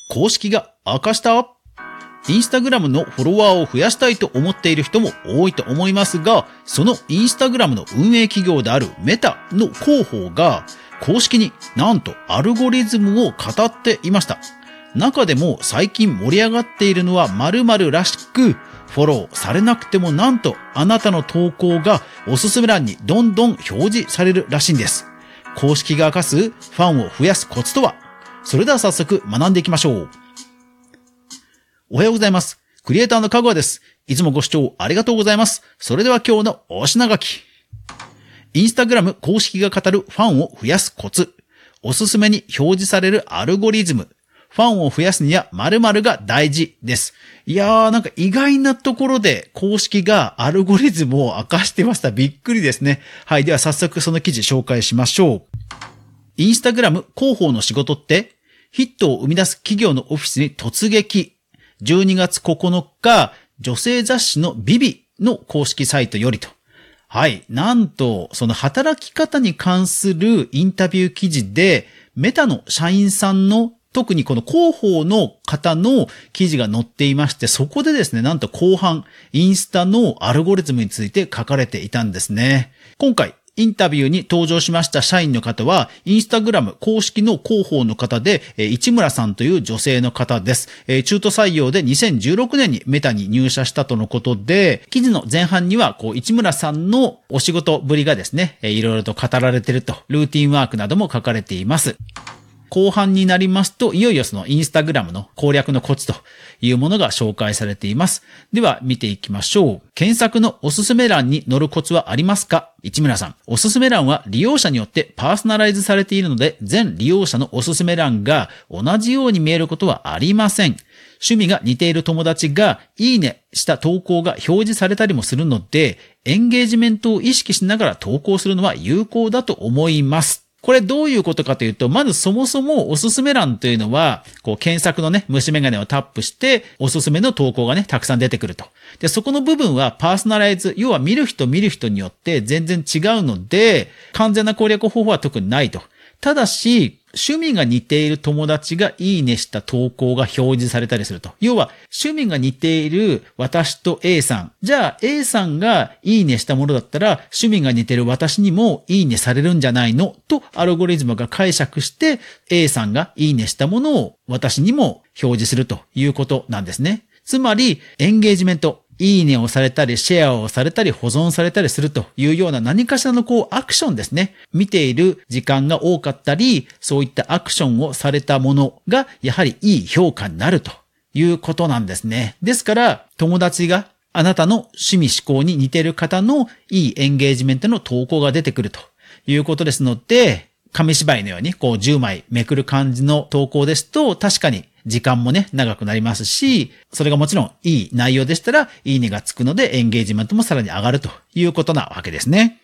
公式が明かした。インスタグラムのフォロワーを増やしたいと思っている人も多いと思いますが、そのインスタグラムの運営企業であるメタの広報が公式になんとアルゴリズムを語っていました。中でも最近盛り上がっているのは〇〇らしく、フォローされなくてもなんとあなたの投稿がおすすめ欄にどんどん表示されるらしいんです。公式が明かすファンを増やすコツとは？それでは早速学んでいきましょう。おはようございます。クリエイターのかぐわです。いつもご視聴ありがとうございます。それでは今日のお品書き。インスタグラム公式が語るファンを増やすコツ。おすすめに表示されるアルゴリズム。ファンを増やすには〇〇が大事です。いやーなんか意外なところで公式がアルゴリズムを明かしてました。びっくりですね。はい。では早速その記事紹介しましょう。インスタグラム広報の仕事ってヒットを生み出す企業のオフィスに突撃。12月9日、女性雑誌のビビの公式サイトよりと。はい。なんと、その働き方に関するインタビュー記事で、メタの社員さんの特にこの広報の方の記事が載っていまして、そこでですね、なんと後半、インスタのアルゴリズムについて書かれていたんですね。今回、インタビューに登場しました社員の方は、インスタグラム公式の広報の方で、市村さんという女性の方です。中途採用で2016年にメタに入社したとのことで、記事の前半には、市村さんのお仕事ぶりがですね、いろいろと語られていると、ルーティンワークなども書かれています。後半になりますと、いよいよそのインスタグラムの攻略のコツというものが紹介されています。では見ていきましょう。検索のおすすめ欄に載るコツはありますか？市村さん。おすすめ欄は利用者によってパーソナライズされているので、全利用者のおすすめ欄が同じように見えることはありません。趣味が似ている友達がいいねした投稿が表示されたりもするので、エンゲージメントを意識しながら投稿するのは有効だと思います。これどういうことかというと、まずそもそもおすすめ欄というのは、検索のね、虫眼鏡をタップして、おすすめの投稿がね、たくさん出てくると。で、そこの部分はパーソナライズ、要は見る人によって全然違うので、完全な攻略方法は特にないと。ただし、趣味が似ている友達がいいねした投稿が表示されたりすると。要は、趣味が似ている私と A さん。じゃあ A さんがいいねしたものだったら、趣味が似ている私にもいいねされるんじゃないのと、アルゴリズムが解釈して、A さんがいいねしたものを私にも表示するということなんですね。つまり、エンゲージメント。いいねをされたり、シェアをされたり、保存されたりするというような何かしらのアクションですね。見ている時間が多かったり、そういったアクションをされたものが、やはりいい評価になるということなんですね。ですから、友達があなたの趣味思考に似ている方のいいエンゲージメントの投稿が出てくるということですので、紙芝居のように10枚めくる感じの投稿ですと、確かに時間もね、長くなりますし、それがもちろんいい内容でしたら、いいねがつくのでエンゲージメントもさらに上がるということなわけですね。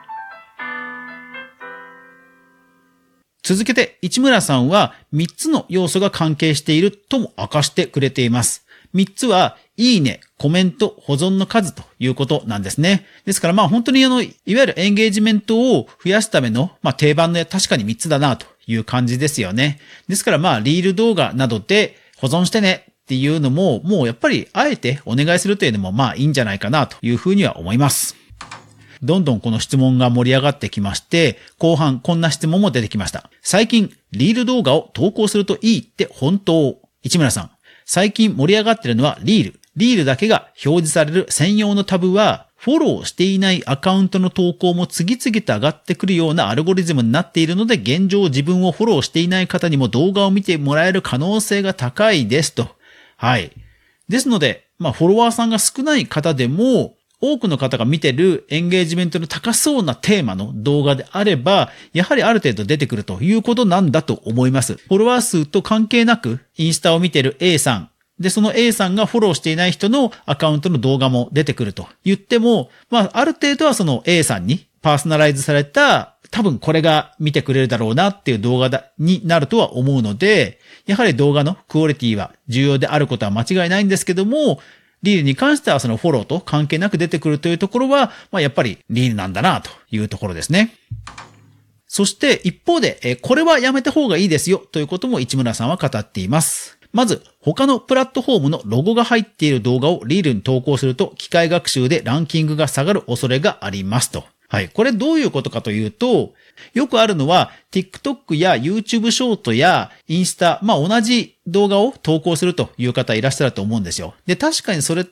続けて、市村さんは3つの要素が関係しているとも明かしてくれています。3つは、いいね、コメント、保存の数ということなんですね。ですから本当にいわゆるエンゲージメントを増やすための定番の確かに3つだなという感じですよね。ですからリール動画などで保存してねっていうのももうやっぱりあえてお願いするというのもいいんじゃないかなというふうには思います。どんどんこの質問が盛り上がってきまして、後半こんな質問も出てきました。最近リール動画を投稿するといいって本当？市村さん。最近盛り上がってるのはリール。リールだけが表示される専用のタブは、フォローしていないアカウントの投稿も次々と上がってくるようなアルゴリズムになっているので、現状自分をフォローしていない方にも動画を見てもらえる可能性が高いですと。はい。ですので、フォロワーさんが少ない方でも、多くの方が見てるエンゲージメントの高そうなテーマの動画であれば、やはりある程度出てくるということなんだと思います。フォロワー数と関係なく、インスタを見てる A さん、で、その A さんがフォローしていない人のアカウントの動画も出てくると言っても、ある程度はその A さんにパーソナライズされた、多分これが見てくれるだろうなっていう動画になるとは思うので、やはり動画のクオリティは重要であることは間違いないんですけども、リールに関してはそのフォローと関係なく出てくるというところは、やっぱりリールなんだなというところですね。そして一方で、これはやめた方がいいですよということも市村さんは語っています。 まず、他のプラットフォームのロゴが入っている動画をリールに投稿すると、機械学習でランキングが下がる恐れがありますと。はい。これどういうことかというと、よくあるのは TikTok や YouTube ショートやインスタ、同じ動画を投稿するという方いらっしゃると思うんですよ。で、確かにそれって、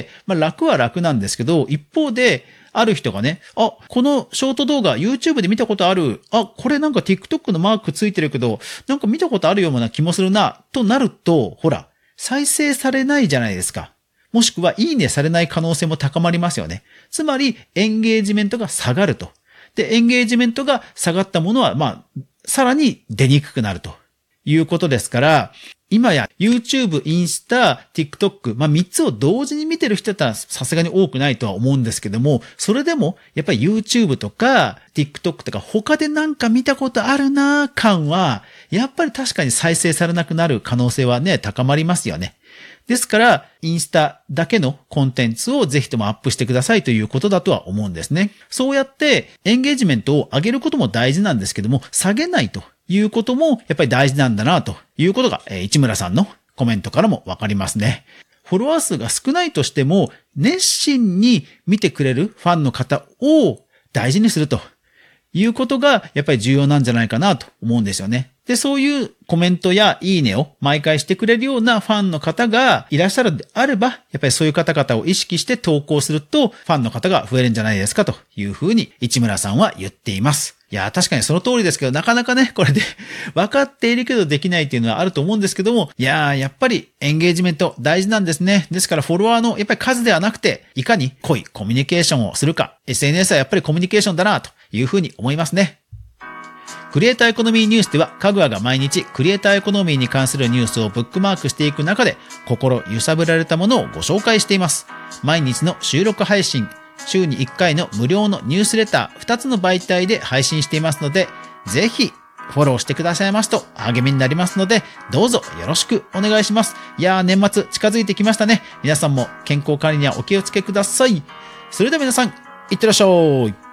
楽は楽なんですけど、一方で、ある人がね、このショート動画 YouTube で見たことある。これなんか TikTok のマークついてるけど、なんか見たことあるような気もするな、となると、ほら、再生されないじゃないですか。もしくは、いいねされない可能性も高まりますよね。つまり、エンゲージメントが下がると。で、エンゲージメントが下がったものは、さらに出にくくなるということですから、今や YouTube、インスタ、TikTok、3つを同時に見てる人だったらさすがに多くないとは思うんですけども、それでもやっぱり YouTube とか TikTok とか他でなんか見たことあるな感は、やっぱり確かに再生されなくなる可能性はね、高まりますよね。ですから、インスタだけのコンテンツをぜひともアップしてくださいということだとは思うんですね。そうやってエンゲージメントを上げることも大事なんですけども、下げないということもやっぱり大事なんだなということが、市村さんのコメントからもわかりますね。フォロワー数が少ないとしても、熱心に見てくれるファンの方を大事にするということがやっぱり重要なんじゃないかなと思うんですよね。で、そういうコメントやいいねを毎回してくれるようなファンの方がいらっしゃるのであれば、やっぱりそういう方々を意識して投稿すると、ファンの方が増えるんじゃないですかというふうに市村さんは言っています。いや、確かにその通りですけど、なかなかね、これで分かっているけどできないっていうのはあると思うんですけども、いや、やっぱりエンゲージメント大事なんですね。ですからフォロワーのやっぱり数ではなくて、いかに濃いコミュニケーションをするか、SNS はやっぱりコミュニケーションだなというふうに思いますね。クリエイターエコノミーニュースでは、かぐわが毎日クリエイターエコノミーに関するニュースをブックマークしていく中で、心揺さぶられたものをご紹介しています。毎日の収録配信、週に1回の無料のニュースレター、2つの媒体で配信していますので、ぜひフォローしてくださいますと励みになりますので、どうぞよろしくお願いします。いやー、年末近づいてきましたね。皆さんも健康管理にはお気をつけください。それでは皆さん、いってらっしゃい。